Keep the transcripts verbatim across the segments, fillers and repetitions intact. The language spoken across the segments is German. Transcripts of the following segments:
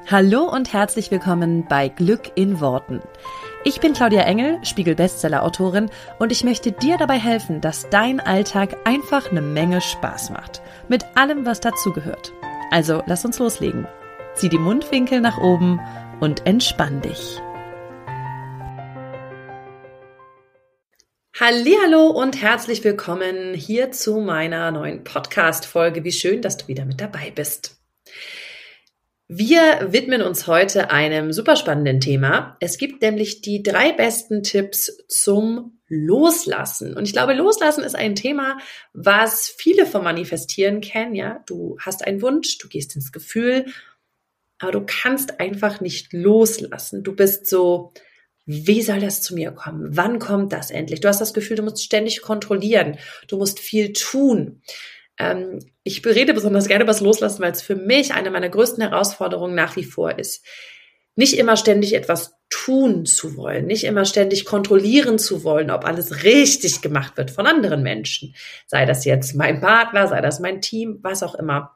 Hallo und herzlich willkommen bei Glück in Worten. Ich bin Claudia Engel, Spiegel-Bestseller-Autorin und ich möchte dir dabei helfen, dass dein Alltag einfach eine Menge Spaß macht. Mit allem, was dazugehört. Also lass uns loslegen. Zieh die Mundwinkel nach oben und entspann dich. Hallihallo und herzlich willkommen hier zu meiner neuen Podcast-Folge. Wie schön, dass du wieder mit dabei bist. Wir widmen uns heute einem super spannenden Thema. Es gibt nämlich die drei besten Tipps zum Loslassen. Und ich glaube, Loslassen ist ein Thema, was viele vom Manifestieren kennen. Ja, du hast einen Wunsch, du gehst ins Gefühl, aber du kannst einfach nicht loslassen. Du bist so, wie soll das zu mir kommen? Wann kommt das endlich? Du hast das Gefühl, du musst ständig kontrollieren. Du musst viel tun. Ähm, ich rede besonders gerne über das Loslassen, weil es für mich eine meiner größten Herausforderungen nach wie vor ist. Nicht immer ständig etwas tun zu wollen, nicht immer ständig kontrollieren zu wollen, ob alles richtig gemacht wird von anderen Menschen. Sei das jetzt mein Partner, sei das mein Team, was auch immer.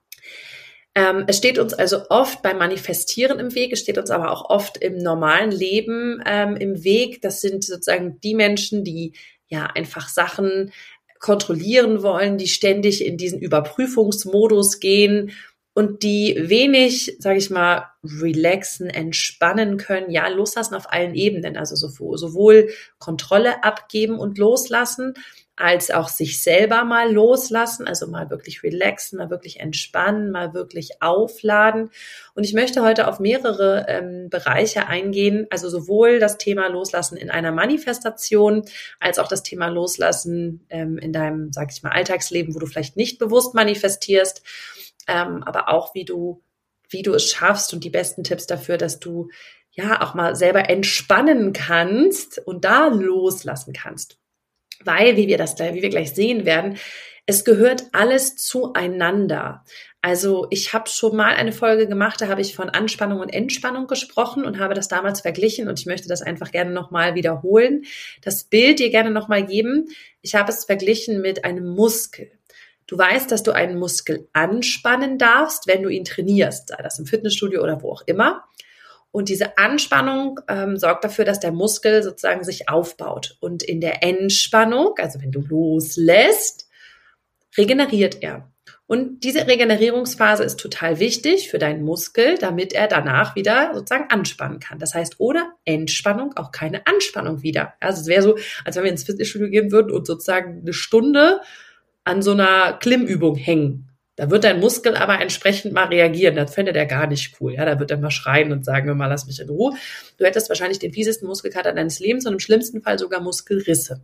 Ähm, es steht uns also oft beim Manifestieren im Weg, es steht uns aber auch oft im normalen Leben ähm, im Weg. Das sind sozusagen die Menschen, die ja einfach Sachen kontrollieren wollen, die ständig in diesen Überprüfungsmodus gehen und die wenig, sage ich mal, relaxen, entspannen können, ja, loslassen auf allen Ebenen, also sowohl Kontrolle abgeben und loslassen, als auch sich selber mal loslassen, also mal wirklich relaxen, mal wirklich entspannen, mal wirklich aufladen. Und ich möchte heute auf mehrere ähm, Bereiche eingehen, also sowohl das Thema Loslassen in einer Manifestation, als auch das Thema Loslassen ähm, in deinem, sag ich mal, Alltagsleben, wo du vielleicht nicht bewusst manifestierst, ähm, aber auch wie du, wie du es schaffst und die besten Tipps dafür, dass du ja auch mal selber entspannen kannst und da loslassen kannst. Weil, wie wir das, wie wir gleich sehen werden, es gehört alles zueinander. Also ich habe schon mal eine Folge gemacht, da habe ich von Anspannung und Entspannung gesprochen und habe das damals verglichen und ich möchte das einfach gerne nochmal wiederholen. Das Bild dir gerne nochmal geben. Ich habe es verglichen mit einem Muskel. Du weißt, dass du einen Muskel anspannen darfst, wenn du ihn trainierst, sei das im Fitnessstudio oder wo auch immer. Und diese Anspannung ähm, sorgt dafür, dass der Muskel sozusagen sich aufbaut. Und in der Entspannung, also wenn du loslässt, regeneriert er. Und diese Regenerierungsphase ist total wichtig für deinen Muskel, damit er danach wieder sozusagen anspannen kann. Das heißt, ohne Entspannung auch keine Anspannung wieder. Also es wäre so, als wenn wir ins Fitnessstudio gehen würden und sozusagen eine Stunde an so einer Klimmübung hängen. Da wird dein Muskel aber entsprechend mal reagieren. Das fände der gar nicht cool. Ja, da wird er mal schreien und sagen, wir mal, lass mich in Ruhe. Du hättest wahrscheinlich den fiesesten Muskelkater deines Lebens und im schlimmsten Fall sogar Muskelrisse.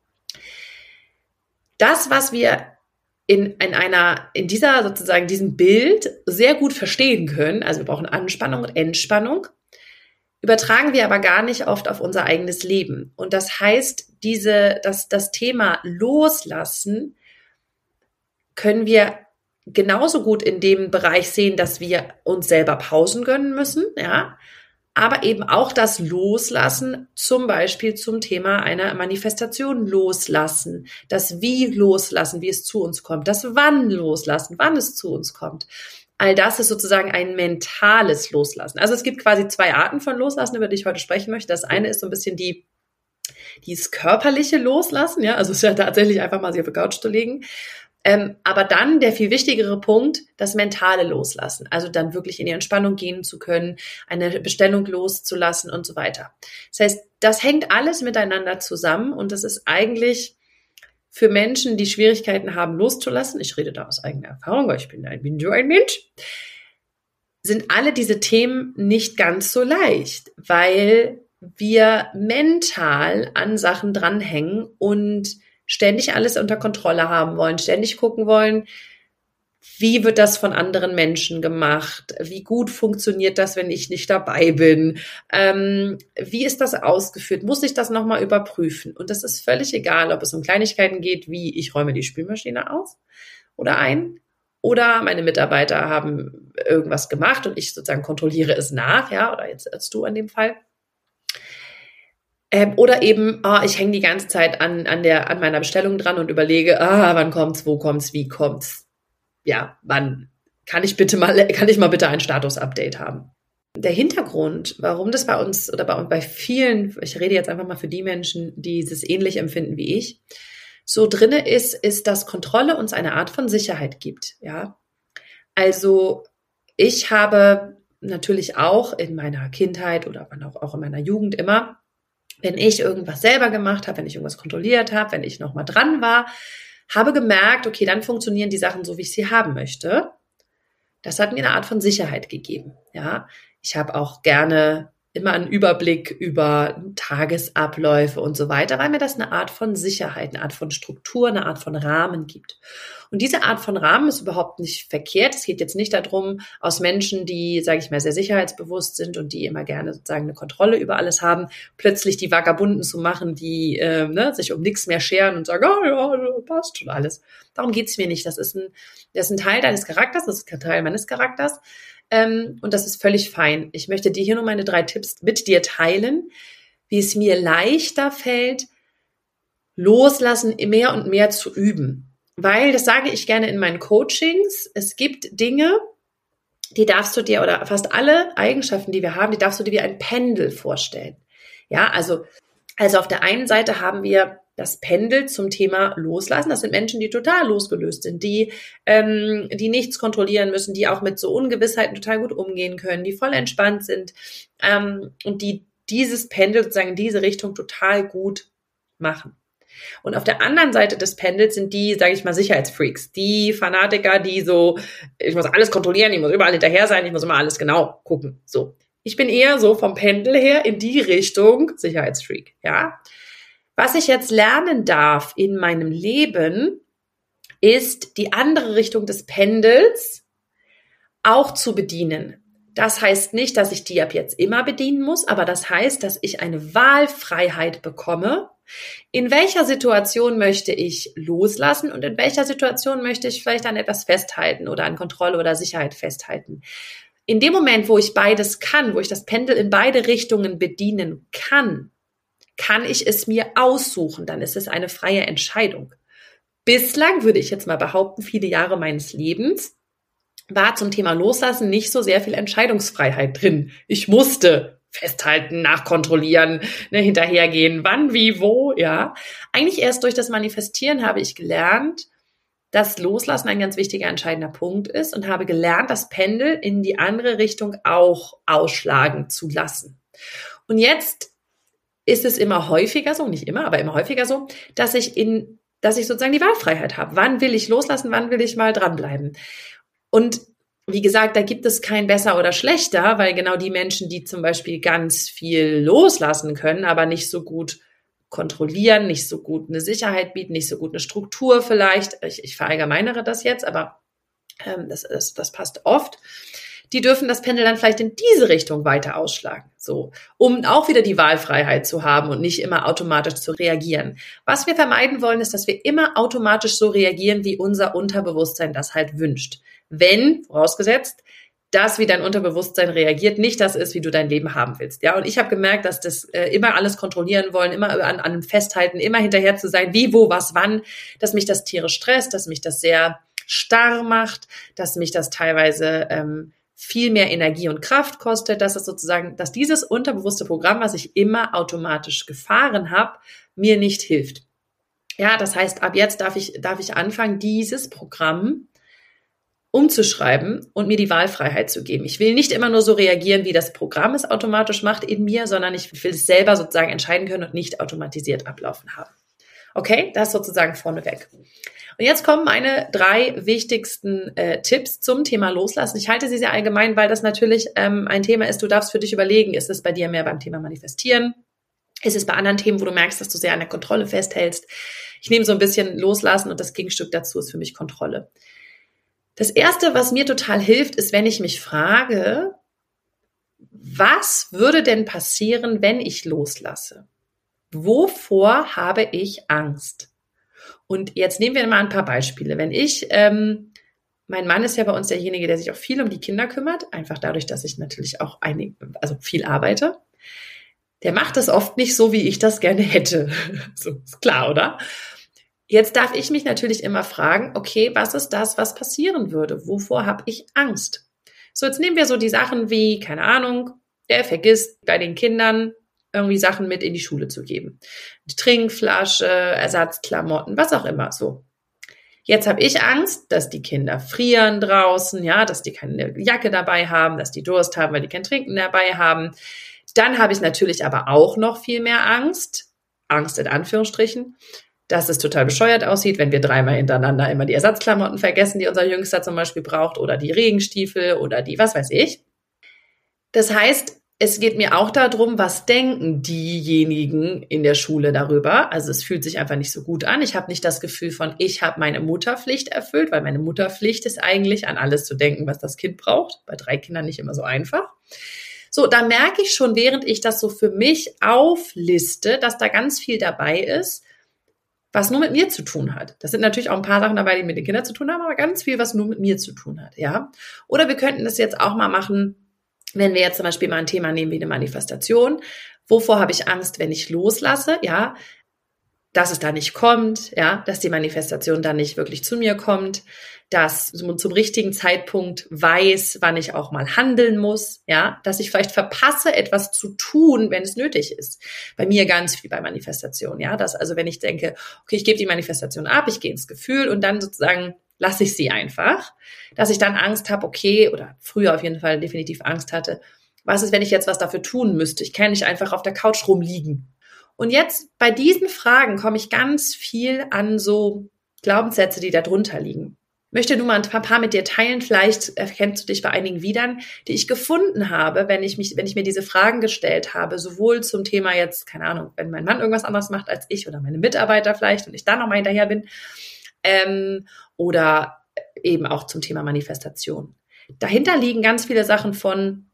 Das, was wir in, in einer, in dieser sozusagen diesem Bild sehr gut verstehen können, also wir brauchen Anspannung und Entspannung, übertragen wir aber gar nicht oft auf unser eigenes Leben. Und das heißt, diese, das, das Thema Loslassen können wir genauso gut in dem Bereich sehen, dass wir uns selber Pausen gönnen müssen, ja, aber eben auch das Loslassen, zum Beispiel zum Thema einer Manifestation loslassen, das Wie loslassen, wie es zu uns kommt, das Wann loslassen, wann es zu uns kommt. All das ist sozusagen ein mentales Loslassen. Also es gibt quasi zwei Arten von Loslassen, über die ich heute sprechen möchte. Das eine ist so ein bisschen die dieses körperliche Loslassen, ja, also es ist ja tatsächlich einfach mal sich auf die Couch zu legen. Ähm, aber dann der viel wichtigere Punkt, das mentale Loslassen. Also dann wirklich in die Entspannung gehen zu können, eine Bestellung loszulassen und so weiter. Das heißt, das hängt alles miteinander zusammen und das ist eigentlich für Menschen, die Schwierigkeiten haben, loszulassen, ich rede da aus eigener Erfahrung, weil ich bin ein, bin so ein Mensch, sind alle diese Themen nicht ganz so leicht, weil wir mental an Sachen dranhängen und ständig alles unter Kontrolle haben wollen, ständig gucken wollen, wie wird das von anderen Menschen gemacht, wie gut funktioniert das, wenn ich nicht dabei bin, ähm, wie ist das ausgeführt, muss ich das nochmal überprüfen? Und das ist völlig egal, ob es um Kleinigkeiten geht, wie ich räume die Spülmaschine aus oder ein, oder meine Mitarbeiter haben irgendwas gemacht und ich sozusagen kontrolliere es nach, ja, oder jetzt als du an dem Fall. Ähm, oder eben, oh, ich hänge die ganze Zeit an, an, der, an meiner Bestellung dran und überlege, ah, wann kommt's, wo kommt's, wie kommt's. Ja, wann kann ich bitte mal, kann ich mal bitte ein Status-Update haben? der Hintergrund, warum das bei uns oder bei, bei vielen, ich rede jetzt einfach mal für die Menschen, die es ähnlich empfinden wie ich, so drinne ist, ist, dass Kontrolle uns eine Art von Sicherheit gibt. Ja, also ich habe natürlich auch in meiner Kindheit oder auch in meiner Jugend immer, wenn ich irgendwas selber gemacht habe, wenn ich irgendwas kontrolliert habe, wenn ich nochmal dran war, habe gemerkt, okay, dann funktionieren die Sachen so, wie ich sie haben möchte. Das hat mir eine Art von Sicherheit gegeben. Ja, ich habe auch gerne immer einen Überblick über Tagesabläufe und so weiter, weil mir das eine Art von Sicherheit, eine Art von Struktur, eine Art von Rahmen gibt. Und diese Art von Rahmen ist überhaupt nicht verkehrt. Es geht jetzt nicht darum, aus Menschen, die, sage ich mal, sehr sicherheitsbewusst sind und die immer gerne sozusagen eine Kontrolle über alles haben, plötzlich die Vagabunden zu machen, die äh, ne, sich um nichts mehr scheren und sagen, oh, ja, passt schon alles. Darum geht's mir nicht. Das ist ein, das ist ein Teil deines Charakters, das ist ein Teil meines Charakters. Ähm, und das ist völlig fein. Ich möchte dir hier nur meine drei Tipps mit dir teilen, wie es mir leichter fällt, loslassen mehr und mehr zu üben. Weil, das sage ich gerne in meinen Coachings, es gibt Dinge, die darfst du dir, oder fast alle Eigenschaften, die wir haben, die darfst du dir wie ein Pendel vorstellen. Ja, also, also auf der einen Seite haben wir das Pendel zum Thema Loslassen. Das sind Menschen, die total losgelöst sind, die, ähm, die nichts kontrollieren müssen, die auch mit so Ungewissheiten total gut umgehen können, die voll entspannt sind ähm, und die dieses Pendel sozusagen in diese Richtung total gut machen. Und auf der anderen Seite des Pendels sind die, sage ich mal, Sicherheitsfreaks, die Fanatiker, die so, ich muss alles kontrollieren, ich muss überall hinterher sein, ich muss immer alles genau gucken. So, ich bin eher so vom Pendel her in die Richtung Sicherheitsfreak, ja. Was ich jetzt lernen darf in meinem Leben, ist die andere Richtung des Pendels auch zu bedienen. Das heißt nicht, dass ich die ab jetzt immer bedienen muss, aber das heißt, dass ich eine Wahlfreiheit bekomme. In welcher Situation möchte ich loslassen und in welcher Situation möchte ich vielleicht an etwas festhalten oder an Kontrolle oder Sicherheit festhalten? In dem Moment, wo ich beides kann, wo ich das Pendel in beide Richtungen bedienen kann, kann ich es mir aussuchen, dann ist es eine freie Entscheidung. Bislang würde ich jetzt mal behaupten, viele Jahre meines Lebens war zum Thema Loslassen nicht so sehr viel Entscheidungsfreiheit drin. Ich musste festhalten, nachkontrollieren, ne, hinterhergehen, wann, wie, wo, ja. Eigentlich erst durch das Manifestieren habe ich gelernt, dass Loslassen ein ganz wichtiger, entscheidender Punkt ist und habe gelernt, das Pendel in die andere Richtung auch ausschlagen zu lassen. Und jetzt ist es immer häufiger so, nicht immer, aber immer häufiger so, dass ich in, dass ich sozusagen die Wahlfreiheit habe. Wann will ich loslassen, wann will ich mal dranbleiben? Und wie gesagt, da gibt es kein besser oder schlechter, weil genau die Menschen, die zum Beispiel ganz viel loslassen können, aber nicht so gut kontrollieren, nicht so gut eine Sicherheit bieten, nicht so gut eine Struktur vielleicht, ich, ich verallgemeinere das jetzt, aber ähm, das, das, das passt oft, die dürfen das Pendel dann vielleicht in diese Richtung weiter ausschlagen, so, um auch wieder die Wahlfreiheit zu haben und nicht immer automatisch zu reagieren. Was wir vermeiden wollen, ist, dass wir immer automatisch so reagieren, wie unser Unterbewusstsein das halt wünscht. Wenn, vorausgesetzt, das, wie dein Unterbewusstsein reagiert, nicht das ist, wie du dein Leben haben willst. Ja, und ich habe gemerkt, dass das äh, immer alles kontrollieren wollen, immer an, an Festhalten, immer hinterher zu sein, wie, wo, was, wann, dass mich das tierisch stresst, dass mich das sehr starr macht, dass mich das teilweise ähm, viel mehr Energie und Kraft kostet, dass es sozusagen, dass dieses unterbewusste Programm, was ich immer automatisch gefahren habe, mir nicht hilft. Ja, das heißt, ab jetzt darf ich, darf ich anfangen, dieses Programm umzuschreiben und mir die Wahlfreiheit zu geben. Ich will nicht immer nur so reagieren, wie das Programm es automatisch macht in mir, sondern ich will es selber sozusagen entscheiden können und nicht automatisiert ablaufen haben. Okay, das sozusagen vorneweg. Und jetzt kommen meine drei wichtigsten äh, Tipps zum Thema Loslassen. Ich halte sie sehr allgemein, weil das natürlich ähm, ein Thema ist, du darfst für dich überlegen, ist es bei dir mehr beim Thema Manifestieren? Ist es bei anderen Themen, wo du merkst, dass du sehr an der Kontrolle festhältst? Ich nehme so ein bisschen Loslassen und das Gegenstück dazu ist für mich Kontrolle. Das Erste, was mir total hilft, ist, wenn ich mich frage, was würde denn passieren, wenn ich loslasse? Wovor habe ich Angst? Und jetzt nehmen wir mal ein paar Beispiele. Wenn ich, ähm, mein Mann ist ja bei uns derjenige, der sich auch viel um die Kinder kümmert, einfach dadurch, dass ich natürlich auch einig, also viel arbeite. Der macht das oft nicht so, wie ich das gerne hätte. So, ist klar, oder? Jetzt darf ich mich natürlich immer fragen, okay, was ist das, was passieren würde? Wovor habe ich Angst? So, jetzt nehmen wir so die Sachen wie, keine Ahnung, der vergisst bei den Kindern irgendwie Sachen mit in die Schule zu geben. Die Trinkflasche, Ersatzklamotten, was auch immer, so. Jetzt habe ich Angst, dass die Kinder frieren draußen, ja, dass die keine Jacke dabei haben, dass die Durst haben, weil die kein Trinken dabei haben. Dann habe ich natürlich aber auch noch viel mehr Angst, Angst in Anführungsstrichen, dass es total bescheuert aussieht, wenn wir dreimal hintereinander immer die Ersatzklamotten vergessen, die unser Jüngster zum Beispiel braucht, oder die Regenstiefel oder die was weiß ich. Das heißt, es geht mir auch darum, was denken diejenigen in der Schule darüber. Also es fühlt sich einfach nicht so gut an. Ich habe nicht das Gefühl von, ich habe meine Mutterpflicht erfüllt, weil meine Mutterpflicht ist eigentlich, an alles zu denken, was das Kind braucht. Bei drei Kindern nicht immer so einfach. So, da merke ich schon, während ich das so für mich aufliste, dass da ganz viel dabei ist, was nur mit mir zu tun hat. Das sind natürlich auch ein paar Sachen dabei, die mit den Kindern zu tun haben, aber ganz viel, was nur mit mir zu tun hat, ja. Oder wir könnten das jetzt auch mal machen, wenn wir jetzt zum Beispiel mal ein Thema nehmen wie eine Manifestation. Wovor habe ich Angst, wenn ich loslasse, ja? Dass es da nicht kommt, ja, dass die Manifestation dann nicht wirklich zu mir kommt, dass man zum richtigen Zeitpunkt weiß, wann ich auch mal handeln muss, ja, dass ich vielleicht verpasse, etwas zu tun, wenn es nötig ist. Bei mir ganz viel bei Manifestation, ja, dass also wenn ich denke, okay, ich gebe die Manifestation ab, ich gehe ins Gefühl und dann sozusagen lasse ich sie einfach, dass ich dann Angst habe, okay, oder früher auf jeden Fall definitiv Angst hatte, was ist, wenn ich jetzt was dafür tun müsste? Ich kann nicht einfach auf der Couch rumliegen. Und jetzt bei diesen Fragen komme ich ganz viel an so Glaubenssätze, die da drunter liegen. Ich möchte nur mal ein paar mit dir teilen, vielleicht erkennst du dich bei einigen wiedern, die ich gefunden habe, wenn ich mich, wenn ich mir diese Fragen gestellt habe, sowohl zum Thema jetzt, keine Ahnung, wenn mein Mann irgendwas anderes macht als ich oder meine Mitarbeiter vielleicht und ich da nochmal hinterher bin, ähm, oder eben auch zum Thema Manifestation. Dahinter liegen ganz viele Sachen von,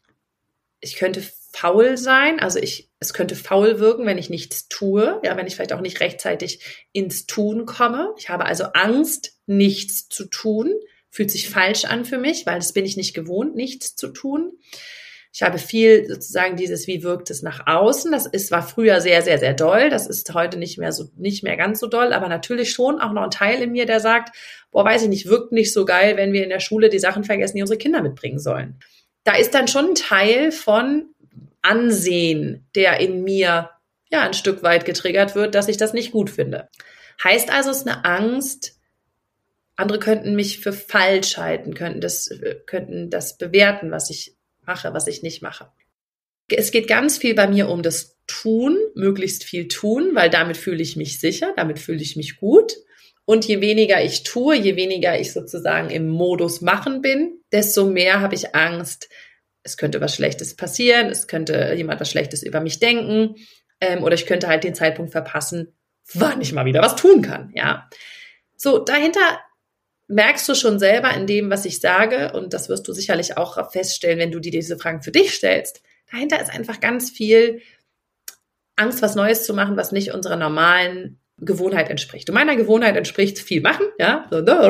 ich könnte faul sein, also ich, es könnte faul wirken, wenn ich nichts tue, ja, wenn ich vielleicht auch nicht rechtzeitig ins Tun komme. Ich habe also Angst, nichts zu tun, fühlt sich falsch an für mich, weil das bin ich nicht gewohnt, nichts zu tun. Ich habe viel sozusagen dieses, wie wirkt es nach außen, das ist, war früher sehr, sehr, sehr doll, das ist heute nicht mehr so, nicht mehr ganz so doll, aber natürlich schon auch noch ein Teil in mir, der sagt, boah, weiß ich nicht, wirkt nicht so geil, wenn wir in der Schule die Sachen vergessen, die unsere Kinder mitbringen sollen. Da ist dann schon ein Teil von Ansehen, der in mir ja ein Stück weit getriggert wird, dass ich das nicht gut finde. Heißt also, es ist eine Angst, andere könnten mich für falsch halten, könnten das, könnten das bewerten, was ich mache, was ich nicht mache. Es geht ganz viel bei mir um das Tun, möglichst viel tun, weil damit fühle ich mich sicher, damit fühle ich mich gut. Und je weniger ich tue, je weniger ich sozusagen im Modus machen bin, desto mehr habe ich Angst, es könnte was Schlechtes passieren, es könnte jemand was Schlechtes über mich denken, ähm, oder ich könnte halt den Zeitpunkt verpassen, wann ich mal wieder was tun kann, ja. So, dahinter merkst du schon selber in dem, was ich sage, und das wirst du sicherlich auch feststellen, wenn du dir diese Fragen für dich stellst, dahinter ist einfach ganz viel Angst, was Neues zu machen, was nicht unserer normalen Gewohnheit entspricht. Und meiner Gewohnheit entspricht viel machen, ja,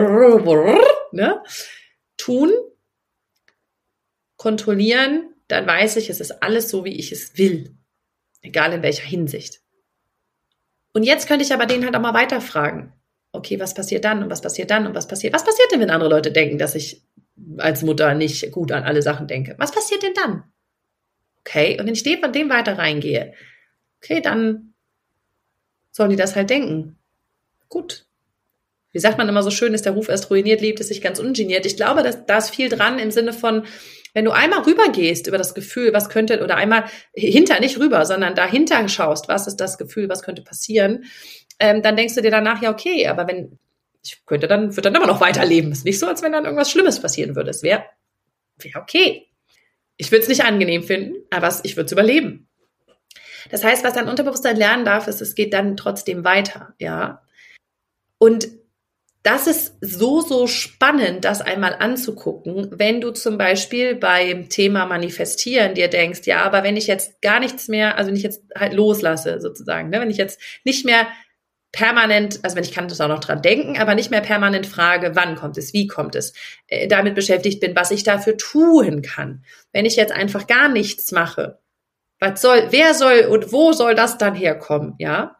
ne? Tun, kontrollieren, dann weiß ich, es ist alles so, wie ich es will. Egal in welcher Hinsicht. Und jetzt könnte ich aber den halt auch mal weiterfragen. Okay, was passiert dann und was passiert dann und was passiert? Was passiert denn, wenn andere Leute denken, dass ich als Mutter nicht gut an alle Sachen denke? Was passiert denn dann? Okay, und wenn ich von dem weiter reingehe, okay, dann sollen die das halt denken. Gut. Wie sagt man immer so schön, ist der Ruf erst ruiniert, lebt es sich ganz ungeniert. Ich glaube, dass da ist viel dran im Sinne von, wenn du einmal rübergehst über das Gefühl, was könnte, oder einmal hinter, nicht rüber, sondern dahinter schaust, was ist das Gefühl, was könnte passieren, ähm, dann denkst du dir danach, ja okay, aber wenn, ich könnte dann, würde dann immer noch weiterleben. Es ist nicht so, als wenn dann irgendwas Schlimmes passieren würde. Es wäre, wäre okay. Ich würde es nicht angenehm finden, aber ich würde es überleben. Das heißt, was dein Unterbewusstsein lernen darf, ist, es geht dann trotzdem weiter, ja. Und das ist so, so spannend, das einmal anzugucken, wenn du zum Beispiel beim Thema Manifestieren dir denkst, ja, aber wenn ich jetzt gar nichts mehr, also wenn ich jetzt halt loslasse sozusagen, ne, wenn ich jetzt nicht mehr permanent, also wenn ich kann das auch noch dran denken, aber nicht mehr permanent frage, wann kommt es, wie kommt es, äh, damit beschäftigt bin, was ich dafür tun kann. Wenn ich jetzt einfach gar nichts mache, was soll, wer soll und wo soll das dann herkommen, ja?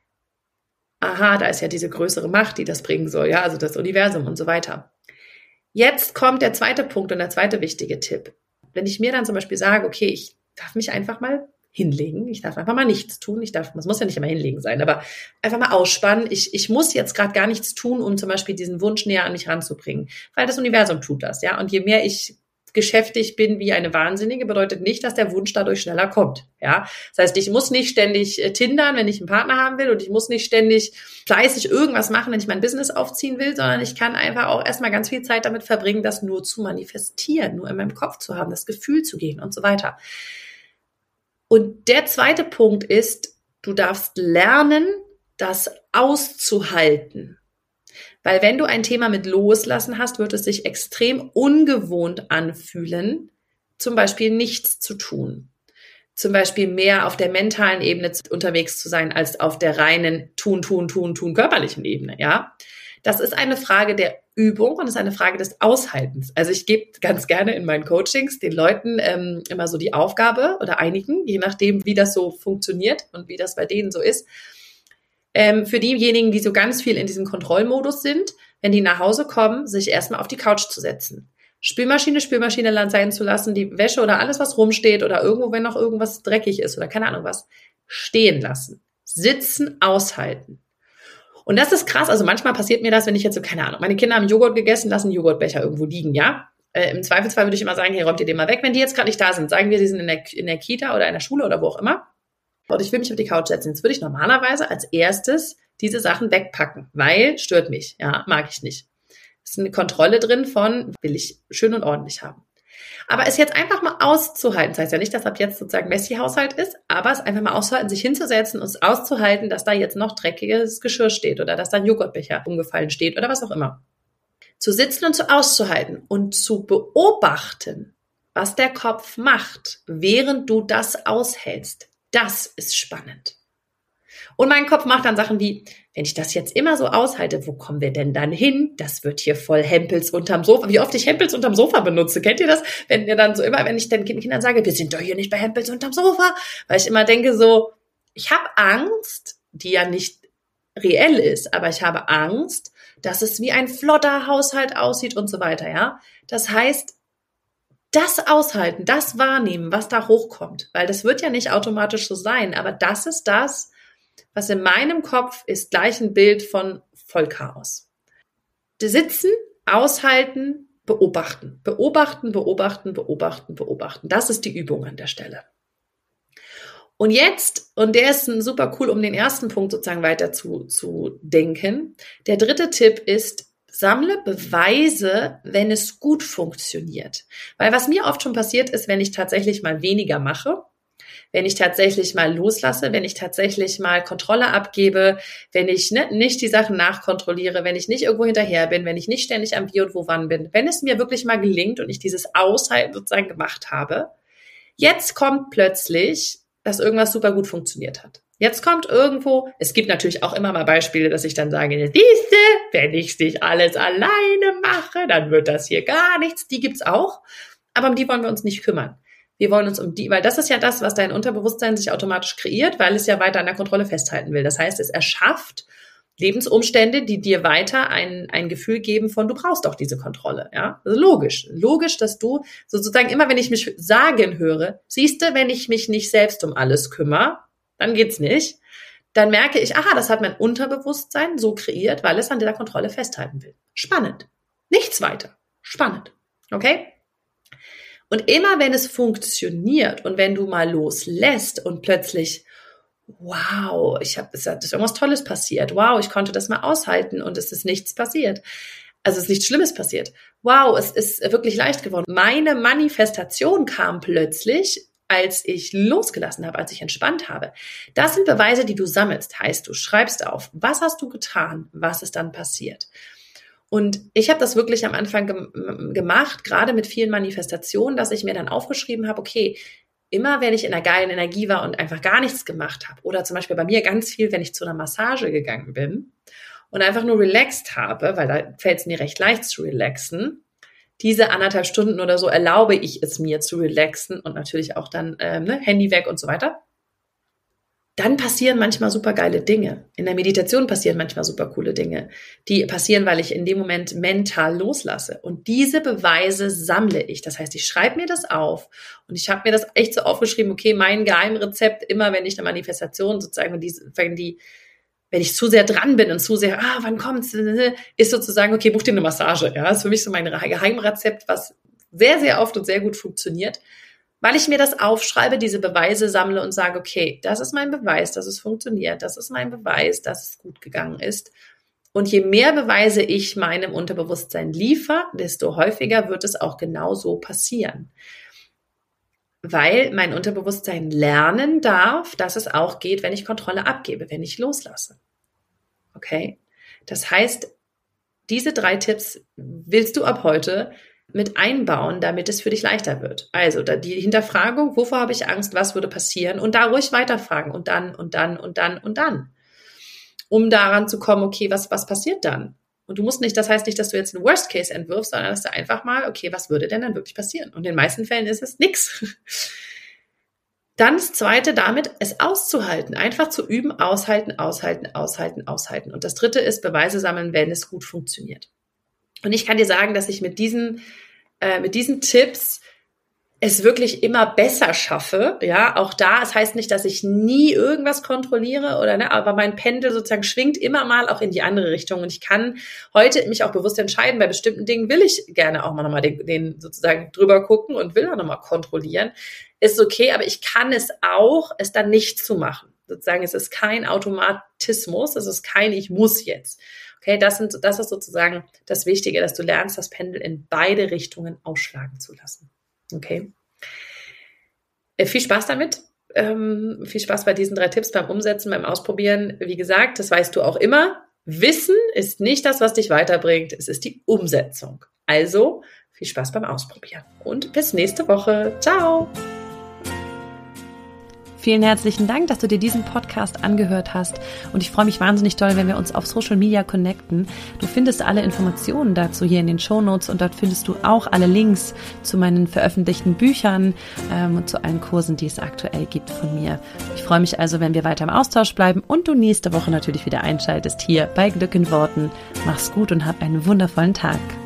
Aha, da ist ja diese größere Macht, die das bringen soll, ja, also das Universum und so weiter. Jetzt kommt der zweite Punkt und der zweite wichtige Tipp. Wenn ich mir dann zum Beispiel sage, okay, ich darf mich einfach mal hinlegen, ich darf einfach mal nichts tun, ich darf, es muss ja nicht immer hinlegen sein, aber einfach mal ausspannen. Ich, ich muss jetzt gerade gar nichts tun, um zum Beispiel diesen Wunsch näher an mich ranzubringen, weil das Universum tut das, ja. Und je mehr ich geschäftig bin wie eine Wahnsinnige, bedeutet nicht, dass der Wunsch dadurch schneller kommt, ja. Das heißt, ich muss nicht ständig äh, tindern, wenn ich einen Partner haben will, und ich muss nicht ständig fleißig irgendwas machen, wenn ich mein Business aufziehen will, sondern ich kann einfach auch erstmal ganz viel Zeit damit verbringen, das nur zu manifestieren, nur in meinem Kopf zu haben, das Gefühl zu gehen und so weiter. Und der zweite Punkt ist, du darfst lernen, das auszuhalten. Weil wenn du ein Thema mit Loslassen hast, wird es sich extrem ungewohnt anfühlen, zum Beispiel nichts zu tun. Zum Beispiel mehr auf der mentalen Ebene unterwegs zu sein, als auf der reinen tun, tun, tun, tun körperlichen Ebene, ja. Das ist eine Frage der Übung und ist eine Frage des Aushaltens. Also ich gebe ganz gerne in meinen Coachings den Leuten ähm, immer so die Aufgabe oder einigen, je nachdem, wie das so funktioniert und wie das bei denen so ist. Ähm, für diejenigen, die so ganz viel in diesem Kontrollmodus sind, wenn die nach Hause kommen, sich erstmal auf die Couch zu setzen. Spülmaschine, Spülmaschine sein zu lassen, die Wäsche oder alles, was rumsteht oder irgendwo, wenn noch irgendwas dreckig ist oder keine Ahnung was, stehen lassen. Sitzen, aushalten. Und das ist krass, also manchmal passiert mir das, wenn ich jetzt so, keine Ahnung, meine Kinder haben Joghurt gegessen, lassen Joghurtbecher irgendwo liegen, ja? Äh, Im Zweifelsfall würde ich immer sagen, hey, räumt ihr den mal weg, wenn die jetzt gerade nicht da sind. Sagen wir, die sind in der, in der Kita oder in der Schule oder wo auch immer. Und ich will mich auf die Couch setzen. Jetzt würde ich normalerweise als erstes diese Sachen wegpacken, weil stört mich, ja, mag ich nicht. Es ist eine Kontrolle drin von, will ich schön und ordentlich haben. Aber es jetzt einfach mal auszuhalten, das heißt ja nicht, dass ab jetzt sozusagen Messi-Haushalt ist, aber es einfach mal auszuhalten, sich hinzusetzen und es auszuhalten, dass da jetzt noch dreckiges Geschirr steht oder dass da ein Joghurtbecher umgefallen steht oder was auch immer. Zu sitzen und zu auszuhalten und zu beobachten, was der Kopf macht, während du das aushältst, das ist spannend. Und mein Kopf macht dann Sachen wie, wenn ich das jetzt immer so aushalte, wo kommen wir denn dann hin? Das wird hier voll Hempels unterm Sofa. Wie oft ich Hempels unterm Sofa benutze, kennt ihr das? Wenn ihr dann so immer, wenn ich den Kindern sage, wir sind doch hier nicht bei Hempels unterm Sofa, weil ich immer denke so, ich habe Angst, die ja nicht reell ist, aber ich habe Angst, dass es wie ein flotter Haushalt aussieht und so weiter, ja? Das heißt, das aushalten, das wahrnehmen, was da hochkommt, weil das wird ja nicht automatisch so sein, aber das ist das, was in meinem Kopf ist, gleich ein Bild von Vollchaos. Sitzen, aushalten, beobachten, beobachten, beobachten, beobachten, beobachten. Das ist die Übung an der Stelle. Und jetzt, und der ist super cool, um den ersten Punkt sozusagen weiter zu, zu denken. Der dritte Tipp ist, sammle Beweise, wenn es gut funktioniert. Weil was mir oft schon passiert ist, wenn ich tatsächlich mal weniger mache, wenn ich tatsächlich mal loslasse, wenn ich tatsächlich mal Kontrolle abgebe, wenn ich ne, nicht die Sachen nachkontrolliere, wenn ich nicht irgendwo hinterher bin, wenn ich nicht ständig am Wie und wo wann bin, wenn es mir wirklich mal gelingt und ich dieses Aushalten sozusagen gemacht habe, jetzt kommt plötzlich, dass irgendwas super gut funktioniert hat. Jetzt kommt irgendwo, es gibt natürlich auch immer mal Beispiele, dass ich dann sage, siehste, wenn ich es nicht alles alleine mache, dann wird das hier gar nichts. Die gibt's auch, aber um die wollen wir uns nicht kümmern. Wir wollen uns um die, weil das ist ja das, was dein Unterbewusstsein sich automatisch kreiert, weil es ja weiter an der Kontrolle festhalten will. Das heißt, es erschafft Lebensumstände, die dir weiter ein, ein Gefühl geben von, du brauchst auch diese Kontrolle, ja. Also logisch. Logisch, dass du sozusagen immer, wenn ich mich sagen höre, siehste, wenn ich mich nicht selbst um alles kümmere, dann geht's nicht. Dann merke ich, aha, das hat mein Unterbewusstsein so kreiert, weil es an der Kontrolle festhalten will. Spannend. Nichts weiter. Spannend. Okay? Und immer wenn es funktioniert und wenn du mal loslässt und plötzlich, wow, ich habe, es hat irgendwas Tolles passiert. Wow, ich konnte das mal aushalten und es ist nichts passiert. Also es ist nichts Schlimmes passiert. Wow, es ist wirklich leicht geworden. Meine Manifestation kam plötzlich, als ich losgelassen habe, als ich entspannt habe. Das sind Beweise, die du sammelst. Heißt, du schreibst auf, was hast du getan, was ist dann passiert. Und ich habe das wirklich am Anfang gem- gemacht, gerade mit vielen Manifestationen, dass ich mir dann aufgeschrieben habe, okay, immer wenn ich in einer geilen Energie war und einfach gar nichts gemacht habe, oder zum Beispiel bei mir ganz viel, wenn ich zu einer Massage gegangen bin und einfach nur relaxed habe, weil da fällt es mir recht leicht zu relaxen, diese anderthalb Stunden oder so erlaube ich es mir zu relaxen und natürlich auch dann ähm, ne, Handy weg und so weiter. dann passieren manchmal super geile Dinge. In der Meditation passieren manchmal super coole Dinge. Die passieren, weil ich in dem Moment mental loslasse. Und diese Beweise sammle ich. Das heißt, ich schreibe mir das auf. Und ich habe mir das echt so aufgeschrieben, okay, mein Geheimrezept, immer wenn ich eine Manifestation sozusagen, wenn die, wenn die, wenn ich zu sehr dran bin und zu sehr, ah, wann kommt's, ist sozusagen, okay, buch dir eine Massage. Ja, das ist für mich so mein Geheimrezept, was sehr, sehr oft und sehr gut funktioniert. Weil ich mir das aufschreibe, diese Beweise sammle und sage, okay, das ist mein Beweis, dass es funktioniert, das ist mein Beweis, dass es gut gegangen ist. Und je mehr Beweise ich meinem Unterbewusstsein liefere, desto häufiger wird es auch genau so passieren. Weil mein Unterbewusstsein lernen darf, dass es auch geht, wenn ich Kontrolle abgebe, wenn ich loslasse. Okay? Das heißt, diese drei Tipps willst du ab heute mit einbauen, damit es für dich leichter wird. Also die Hinterfragung, wovor habe ich Angst, was würde passieren, und da ruhig weiterfragen und dann und dann und dann und dann, um daran zu kommen, okay, was, was passiert dann? Und du musst nicht, das heißt nicht, dass du jetzt einen Worst Case entwirfst, sondern dass du einfach mal, okay, was würde denn dann wirklich passieren? Und in den meisten Fällen ist es nix. Dann das Zweite, damit es auszuhalten, einfach zu üben, aushalten, aushalten, aushalten, aushalten. Und das Dritte ist, Beweise sammeln, wenn es gut funktioniert. Und ich kann dir sagen, dass ich mit diesen, äh, mit diesen Tipps es wirklich immer besser schaffe. Ja, auch da, es heißt nicht, dass ich nie irgendwas kontrolliere oder, ne, aber mein Pendel sozusagen schwingt immer mal auch in die andere Richtung. Und ich kann heute mich auch bewusst entscheiden, bei bestimmten Dingen will ich gerne auch mal nochmal den, den sozusagen drüber gucken und will auch nochmal kontrollieren. Ist okay, aber ich kann es auch, es dann nicht zu machen. Sozusagen, es ist kein Automatismus, es ist kein Ich muss jetzt. Okay, das sind, das ist sozusagen das Wichtige, dass du lernst, das Pendel in beide Richtungen ausschlagen zu lassen. Okay. Äh, viel Spaß damit. Ähm, viel Spaß bei diesen drei Tipps beim Umsetzen, beim Ausprobieren. Wie gesagt, das weißt du auch immer. Wissen ist nicht das, was dich weiterbringt. Es ist die Umsetzung. Also viel Spaß beim Ausprobieren. Und bis nächste Woche. Ciao. Vielen herzlichen Dank, dass du dir diesen Podcast angehört hast, und ich freue mich wahnsinnig doll, wenn wir uns auf Social Media connecten. Du findest alle Informationen dazu hier in den Shownotes, und dort findest du auch alle Links zu meinen veröffentlichten Büchern ähm, und zu allen Kursen, die es aktuell gibt von mir. Ich freue mich also, wenn wir weiter im Austausch bleiben und du nächste Woche natürlich wieder einschaltest hier bei Glück in Worten. Mach's gut und hab einen wundervollen Tag.